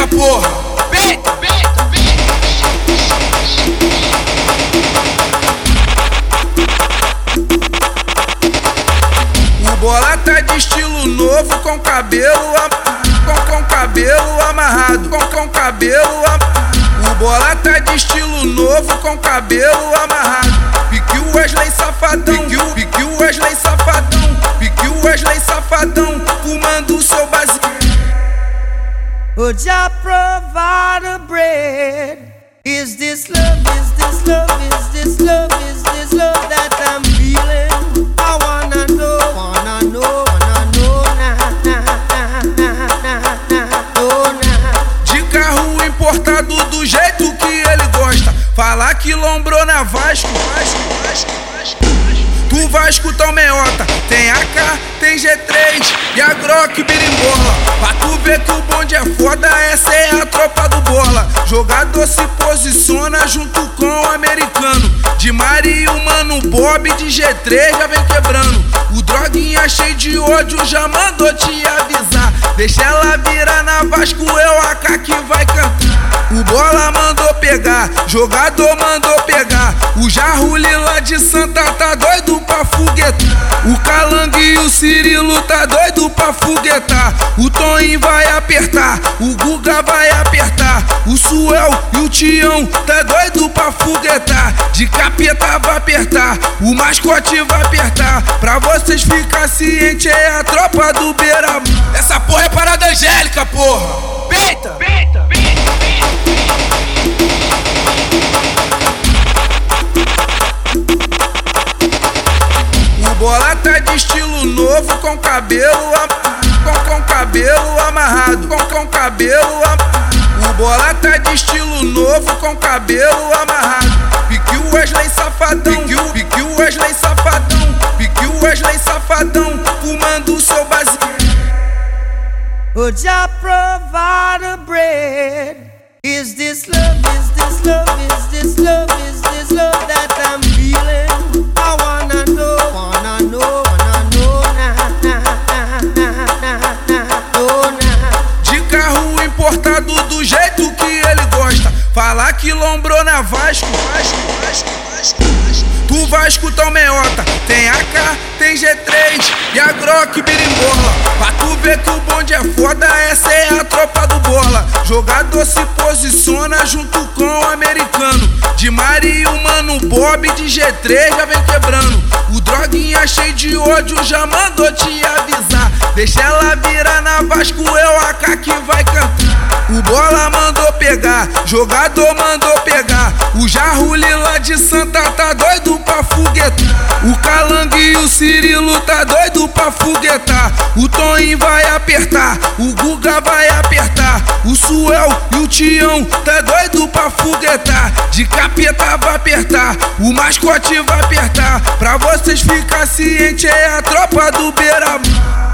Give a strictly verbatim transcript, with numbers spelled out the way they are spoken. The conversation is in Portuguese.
Angélica, porra. Vem, vem, vem. O Bola tá de estilo novo, com cabelo am... com, com cabelo amarrado, com, com cabelo am... O Bola tá de estilo novo, com cabelo amarrado. Pique o Wesley safadão, pique o, pique o Wesley safadão, pique o Wesley safadão, fumando seu baseado. Would ya provide a bread? Is this love, is this love, is this love, is this love that I'm feeling? I wanna know, wanna know, wanna know, nah, nah, nah, nah, nah, know, nah. De carro importado do jeito que ele gosta. Falar que lombrou na Vasco, Vasco, Vasco, Vasco. Do Vasco tão meiota. Tem A K, tem G três e a Glock birimbola. Pra tu ver que o bonde é foda, essa é a tropa do Bola. Jogador se posiciona junto com o americano. De Mari e o mano Bob de G três já vem quebrando. O droguinha cheio de ódio já mandou te avisar. Deixa ela virar na Vasco, é o A K que vai cantar. O Bola mandou pegar, jogador mandou pegar. O Jarro Lila de Santa tá doido pra foguetar. O Calango e o Cirilo tá doido pra foguetar. O Toninho vai apertar, o Guga vai apertar. O Suel e o Tião tá doido pra foguetar. De capeta vai apertar, o mascote vai apertar. Pra vocês ficar ciente, é a tropa do Beira. Essa porra é parada Angélica, porra. Peita, peita, peita. O Bola tá de estilo novo, com cabelo am... com, com cabelo amarrado, com, com cabelo am... O Bola tá de estilo novo, com cabelo amarrado. Pique o Wesley safadão, pique o, pique o Wesley safadão, pique o Wesley safadão, fumando seu baseado. Would ya provide a bread? Is this love, is this love, is this love, is this love that I'm feeling? I wanna know, wanna know, wanna know, nah, nah, nah, nah, nah, know, nah. De carro importado do jeito que ele gosta. Falar que lombrou na Vasco, Vasco, Vasco, Vasco, Vasco. Do Vasco tão meiota. Tem A K, tem G três e a Glock birimbola. Pra tu ver que o bonde é foda, essa é a tropa do Bola. Jogador se posiciona junto com o americano. De Mari e o mano Bob de G três já vem quebrando. O droguinha cheio de ódio já mandou te avisar. Deixa ela virar na Vasco, é o A K que vai cantar. O Bola mandou pegar, jogador mandou pegar. O Jarro Lila de Santa tá doido pra foguetar. O Calango e o Cirilo tá doido pra foguetar. O Toninho vai apertar, o Guga vai apertar. O Suel e o Tião tá doido pra foguetar. De capeta vai apertar, o mascote vai apertar. Pra vocês ficar ciente, é a tropa do Beira.